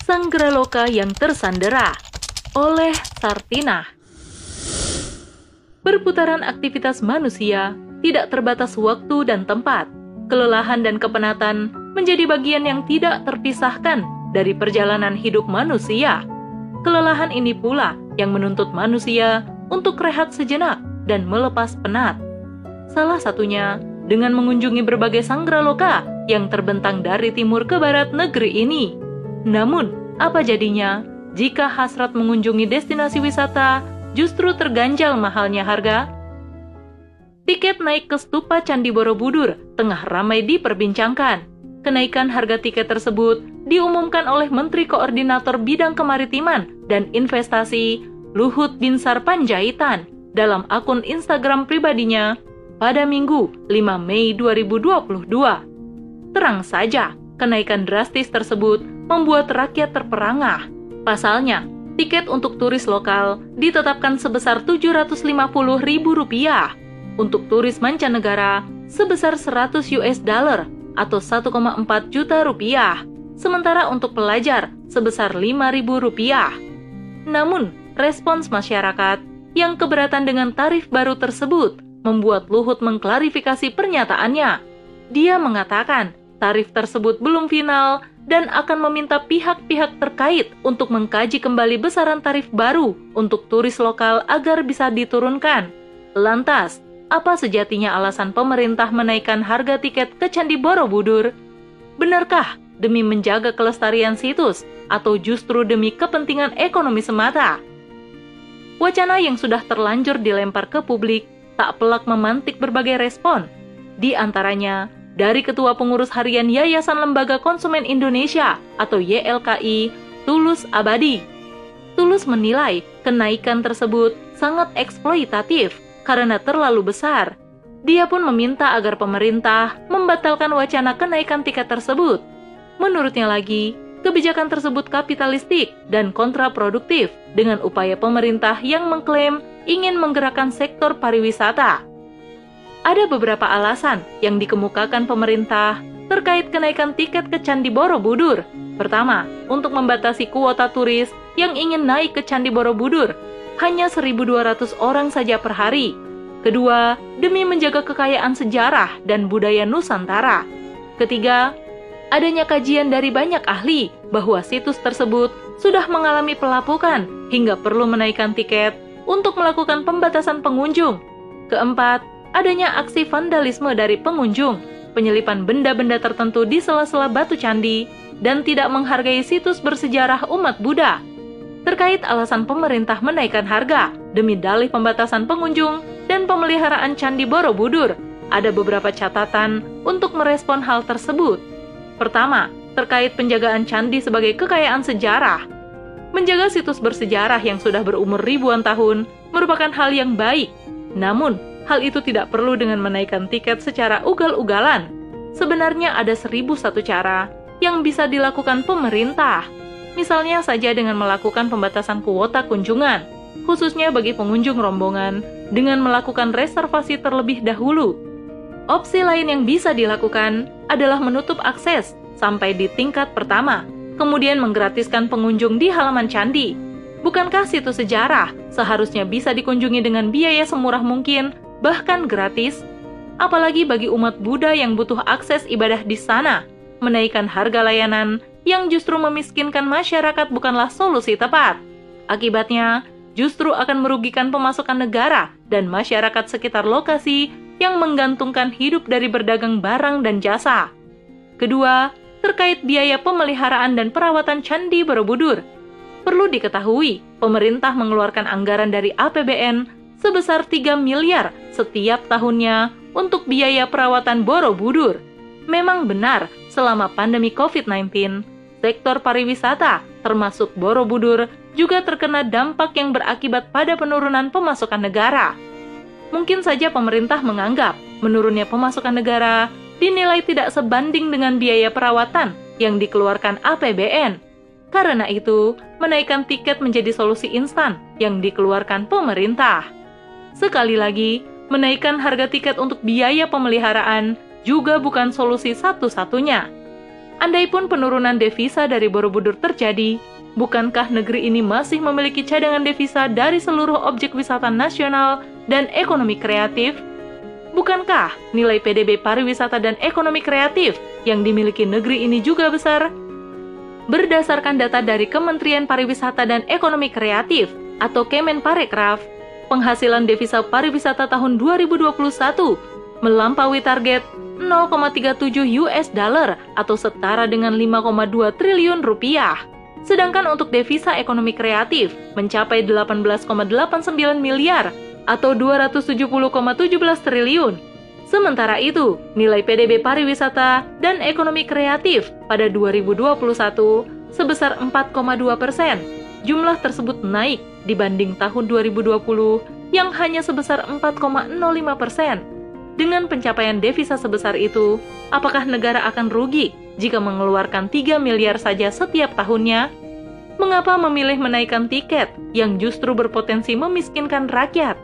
Sanggraloka yang Tersandera oleh Sartinah. Perputaran aktivitas manusia tidak terbatas waktu dan tempat. Kelelahan dan kepenatan menjadi bagian yang tidak terpisahkan dari perjalanan hidup manusia. Kelelahan ini pula yang menuntut manusia untuk rehat sejenak dan melepas penat. Salah satunya dengan mengunjungi berbagai sanggraloka yang terbentang dari timur ke barat negeri ini. Namun, apa jadinya jika hasrat mengunjungi destinasi wisata justru terganjal mahalnya harga? Tiket naik ke stupa Candi Borobudur tengah ramai diperbincangkan. Kenaikan harga tiket tersebut diumumkan oleh Menteri Koordinator Bidang Kemaritiman dan Investasi Luhut Binsar Panjaitan dalam akun Instagram pribadinya pada Minggu 5 Mei 2022. Terang saja, kenaikan drastis tersebut membuat rakyat terperangah. Pasalnya, tiket untuk turis lokal ditetapkan sebesar Rp750.000, untuk turis mancanegara sebesar $100 atau 1,4 juta rupiah, sementara untuk pelajar sebesar Rp5.000. Namun, respons masyarakat yang keberatan dengan tarif baru tersebut membuat Luhut mengklarifikasi pernyataannya. Dia mengatakan tarif tersebut belum final dan akan meminta pihak-pihak terkait untuk mengkaji kembali besaran tarif baru untuk turis lokal agar bisa diturunkan. Lantas, apa sejatinya alasan pemerintah menaikkan harga tiket ke Candi Borobudur? Benarkah demi menjaga kelestarian situs atau justru demi kepentingan ekonomi semata? Wacana yang sudah terlanjur dilempar ke publik tak pelak memantik berbagai respon. Di antaranya, dari Ketua Pengurus Harian Yayasan Lembaga Konsumen Indonesia atau YLKI, Tulus Abadi. Tulus menilai kenaikan tersebut sangat eksploitatif karena terlalu besar. Dia pun meminta agar pemerintah membatalkan wacana kenaikan tiket tersebut. Menurutnya lagi, kebijakan tersebut kapitalistik dan kontraproduktif dengan upaya pemerintah yang mengklaim ingin menggerakkan sektor pariwisata. Ada beberapa alasan yang dikemukakan pemerintah terkait kenaikan tiket ke Candi Borobudur. Pertama, untuk membatasi kuota turis yang ingin naik ke Candi Borobudur, hanya 1.200 orang saja per hari. Kedua, demi menjaga kekayaan sejarah dan budaya Nusantara. Ketiga, adanya kajian dari banyak ahli bahwa situs tersebut sudah mengalami pelapukan hingga perlu menaikkan tiket untuk melakukan pembatasan pengunjung. Keempat, adanya aksi vandalisme dari pengunjung, penyelipan benda-benda tertentu di sela-sela batu candi, dan tidak menghargai situs bersejarah umat Buddha. Terkait alasan pemerintah menaikkan harga demi dalih pembatasan pengunjung dan pemeliharaan Candi Borobudur, ada beberapa catatan untuk merespon hal tersebut. Pertama, terkait penjagaan candi sebagai kekayaan sejarah. Menjaga situs bersejarah yang sudah berumur ribuan tahun merupakan hal yang baik. Namun, hal itu tidak perlu dengan menaikkan tiket secara ugal-ugalan. Sebenarnya ada 1.001 cara yang bisa dilakukan pemerintah. Misalnya saja dengan melakukan pembatasan kuota kunjungan, khususnya bagi pengunjung rombongan, dengan melakukan reservasi terlebih dahulu. Opsi lain yang bisa dilakukan adalah menutup akses sampai di tingkat pertama, kemudian menggratiskan pengunjung di halaman candi. Bukankah situs sejarah seharusnya bisa dikunjungi dengan biaya semurah mungkin, bahkan gratis? Apalagi bagi umat Buddha yang butuh akses ibadah di sana, menaikkan harga layanan yang justru memiskinkan masyarakat bukanlah solusi tepat. Akibatnya, justru akan merugikan pemasukan negara dan masyarakat sekitar lokasi yang menggantungkan hidup dari berdagang barang dan jasa. Kedua, terkait biaya pemeliharaan dan perawatan Candi Borobudur. Perlu diketahui, pemerintah mengeluarkan anggaran dari APBN sebesar 3 miliar setiap tahunnya untuk biaya perawatan Borobudur. Memang benar, selama pandemi COVID-19, sektor pariwisata, termasuk Borobudur, juga terkena dampak yang berakibat pada penurunan pemasukan negara. Mungkin saja pemerintah menganggap menurunnya pemasukan negara dinilai tidak sebanding dengan biaya perawatan yang dikeluarkan APBN. Karena itu, menaikkan tiket menjadi solusi instan yang dikeluarkan pemerintah. Sekali lagi, menaikkan harga tiket untuk biaya pemeliharaan juga bukan solusi satu-satunya. Andaipun penurunan devisa dari Borobudur terjadi, bukankah negeri ini masih memiliki cadangan devisa dari seluruh objek wisata nasional dan ekonomi kreatif? Bukankah nilai PDB pariwisata dan ekonomi kreatif yang dimiliki negeri ini juga besar? Berdasarkan data dari Kementerian Pariwisata dan Ekonomi Kreatif atau Kemenparekraf, penghasilan devisa pariwisata tahun 2021 melampaui target 0,37 US dollar atau setara dengan 5,2 triliun rupiah. Sedangkan untuk devisa ekonomi kreatif mencapai 18,89 miliar atau 270,17 triliun. Sementara itu, nilai PDB pariwisata dan ekonomi kreatif pada 2021 sebesar 4,2%. Jumlah tersebut naik dibanding tahun 2020 yang hanya sebesar 4,05%. Dengan pencapaian devisa sebesar itu, apakah negara akan rugi jika mengeluarkan 3 miliar saja setiap tahunnya? Mengapa memilih menaikkan tiket yang justru berpotensi memiskinkan rakyat?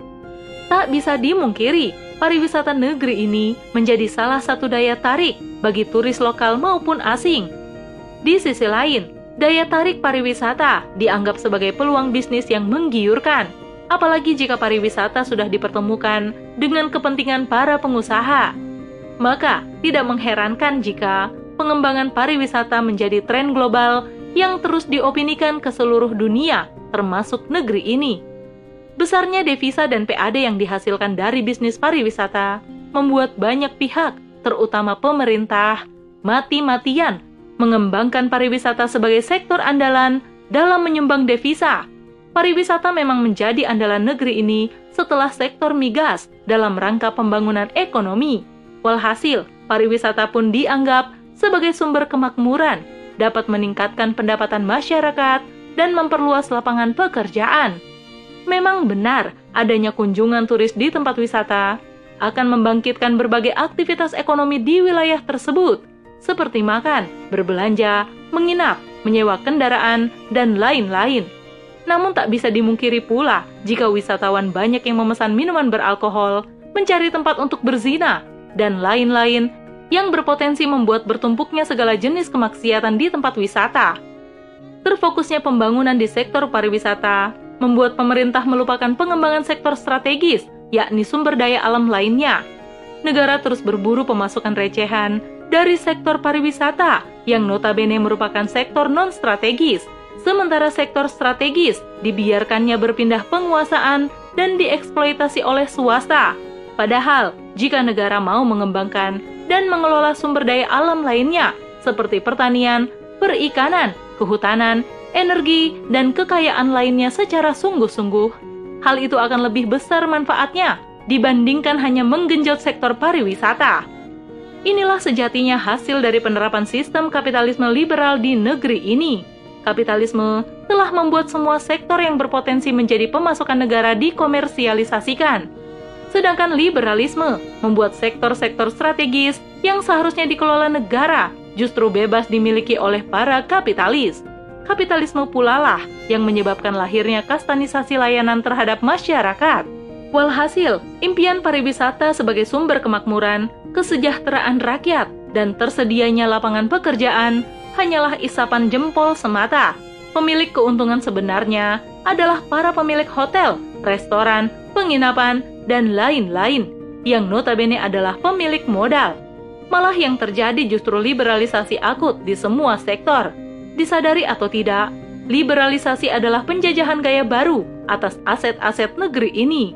Tak bisa dimungkiri, pariwisata negeri ini menjadi salah satu daya tarik bagi turis lokal maupun asing. Di sisi lain, daya tarik pariwisata dianggap sebagai peluang bisnis yang menggiurkan, apalagi jika pariwisata sudah dipertemukan dengan kepentingan para pengusaha. Maka, tidak mengherankan jika pengembangan pariwisata menjadi tren global yang terus diopinikan ke seluruh dunia, termasuk negeri ini. Besarnya devisa dan PAD yang dihasilkan dari bisnis pariwisata membuat banyak pihak, terutama pemerintah, mati-matian mengembangkan pariwisata sebagai sektor andalan dalam menyumbang devisa. Pariwisata memang menjadi andalan negeri ini setelah sektor migas dalam rangka pembangunan ekonomi. Walhasil, pariwisata pun dianggap sebagai sumber kemakmuran, dapat meningkatkan pendapatan masyarakat dan memperluas lapangan pekerjaan. Memang benar, adanya kunjungan turis di tempat wisata akan membangkitkan berbagai aktivitas ekonomi di wilayah tersebut, seperti makan, berbelanja, menginap, menyewa kendaraan, dan lain-lain. Namun tak bisa dimungkiri pula jika wisatawan banyak yang memesan minuman beralkohol, mencari tempat untuk berzina, dan lain-lain yang berpotensi membuat bertumpuknya segala jenis kemaksiatan di tempat wisata. Terfokusnya pembangunan di sektor pariwisata membuat pemerintah melupakan pengembangan sektor strategis, yakni sumber daya alam lainnya. Negara terus berburu pemasukan recehan dari sektor pariwisata yang notabene merupakan sektor non-strategis, sementara sektor strategis dibiarkannya berpindah penguasaan dan dieksploitasi oleh swasta. Padahal, jika negara mau mengembangkan dan mengelola sumber daya alam lainnya, seperti pertanian, perikanan, kehutanan, energi, dan kekayaan lainnya secara sungguh-sungguh, hal itu akan lebih besar manfaatnya dibandingkan hanya menggenjot sektor pariwisata. Inilah sejatinya hasil dari penerapan sistem kapitalisme liberal di negeri ini. Kapitalisme telah membuat semua sektor yang berpotensi menjadi pemasukan negara dikomersialisasikan. Sedangkan liberalisme membuat sektor-sektor strategis yang seharusnya dikelola negara justru bebas dimiliki oleh para kapitalis. Kapitalisme pula lah yang menyebabkan lahirnya kastanisasi layanan terhadap masyarakat. Walhasil, impian pariwisata sebagai sumber kemakmuran, kesejahteraan rakyat, dan tersedianya lapangan pekerjaan hanyalah isapan jempol semata. Pemilik keuntungan sebenarnya adalah para pemilik hotel, restoran, penginapan, dan lain-lain, yang notabene adalah pemilik modal. Malah yang terjadi justru liberalisasi akut di semua sektor. Disadari atau tidak, liberalisasi adalah penjajahan gaya baru atas aset-aset negeri ini.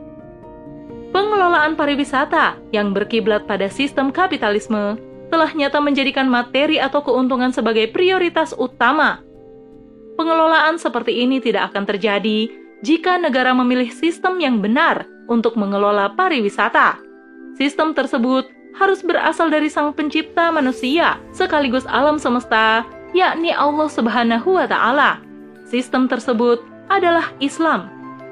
Pengelolaan pariwisata yang berkiblat pada sistem kapitalisme telah nyata menjadikan materi atau keuntungan sebagai prioritas utama. Pengelolaan seperti ini tidak akan terjadi jika negara memilih sistem yang benar untuk mengelola pariwisata. Sistem tersebut harus berasal dari Sang Pencipta manusia sekaligus alam semesta, yakni Allah Subhanahu wa Ta'ala. Sistem tersebut adalah Islam.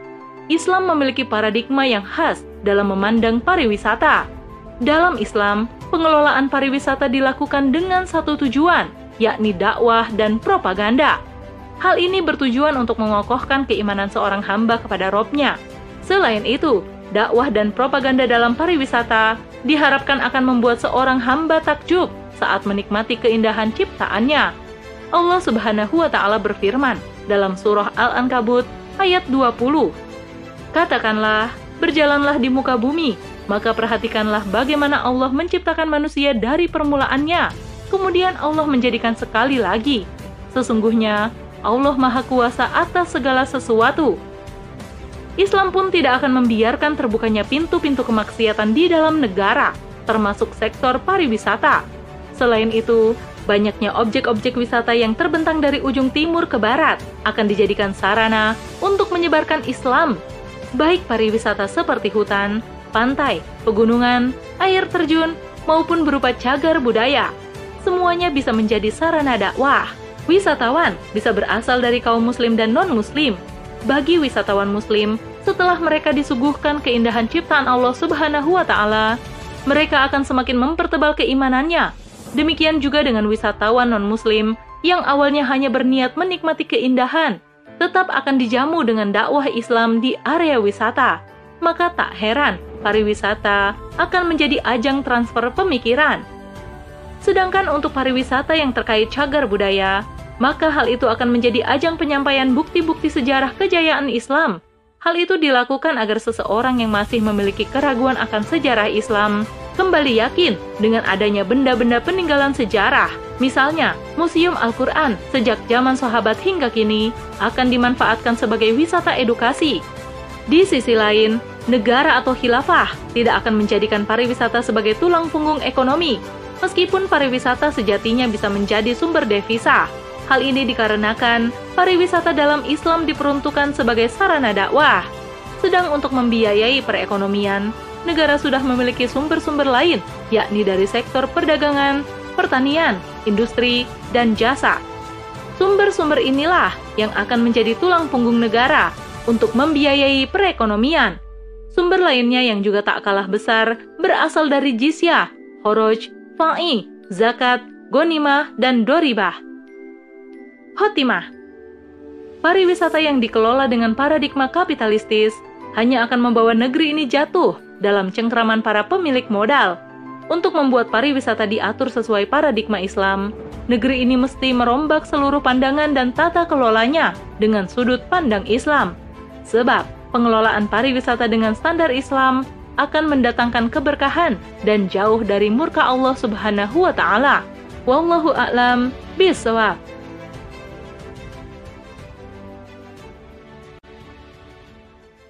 Islam memiliki paradigma yang khas dalam memandang pariwisata. Dalam Islam, pengelolaan pariwisata dilakukan dengan satu tujuan, yakni dakwah dan propaganda. Hal ini bertujuan untuk mengokohkan keimanan seorang hamba kepada Robnya. Selain itu, dakwah dan propaganda dalam pariwisata diharapkan akan membuat seorang hamba takjub saat menikmati keindahan ciptaannya. Allah Subhanahu wa Ta'ala berfirman dalam surah Al-Ankabut ayat 20. Katakanlah, berjalanlah di muka bumi, maka perhatikanlah bagaimana Allah menciptakan manusia dari permulaannya. Kemudian Allah menjadikan sekali lagi. Sesungguhnya Allah Maha Kuasa atas segala sesuatu. Islam pun tidak akan membiarkan terbukanya pintu-pintu kemaksiatan di dalam negara, termasuk sektor pariwisata. Selain itu, banyaknya objek-objek wisata yang terbentang dari ujung timur ke barat akan dijadikan sarana untuk menyebarkan Islam, baik pariwisata seperti hutan, pantai, pegunungan, air terjun, maupun berupa cagar budaya. Semuanya bisa menjadi sarana dakwah. Wisatawan bisa berasal dari kaum muslim dan non-muslim. Bagi wisatawan muslim, setelah mereka disuguhkan keindahan ciptaan Allah Subhanahu wa Ta'ala, mereka akan semakin mempertebal keimanannya. Demikian juga dengan wisatawan non-muslim yang awalnya hanya berniat menikmati keindahan, tetap akan dijamu dengan dakwah Islam di area wisata. Maka tak heran pariwisata akan menjadi ajang transfer pemikiran. Sedangkan untuk pariwisata yang terkait cagar budaya, maka hal itu akan menjadi ajang penyampaian bukti-bukti sejarah kejayaan Islam. Hal itu dilakukan agar seseorang yang masih memiliki keraguan akan sejarah Islam kembali yakin dengan adanya benda-benda peninggalan sejarah. Misalnya, Museum Al-Quran sejak zaman sahabat hingga kini akan dimanfaatkan sebagai wisata edukasi. Di sisi lain, negara atau khilafah tidak akan menjadikan pariwisata sebagai tulang punggung ekonomi, meskipun pariwisata sejatinya bisa menjadi sumber devisa. Hal ini dikarenakan pariwisata dalam Islam diperuntukkan sebagai sarana dakwah. Sedang untuk membiayai perekonomian, negara sudah memiliki sumber-sumber lain, yakni dari sektor perdagangan, pertanian, industri, dan jasa. Sumber-sumber inilah yang akan menjadi tulang punggung negara untuk membiayai perekonomian. Sumber lainnya yang juga tak kalah besar berasal dari jizyah, khoroj, fa'i, zakat, ghanimah, dan doribah. Khotimah. Pariwisata yang dikelola dengan paradigma kapitalistis hanya akan membawa negeri ini jatuh dalam cengkraman para pemilik modal. Untuk membuat pariwisata diatur sesuai paradigma Islam, negeri ini mesti merombak seluruh pandangan dan tata kelolanya dengan sudut pandang Islam. Sebab pengelolaan pariwisata dengan standar Islam akan mendatangkan keberkahan dan jauh dari murka Allah Subhanahu wa Ta'ala. Wallahu a'lam bishawab.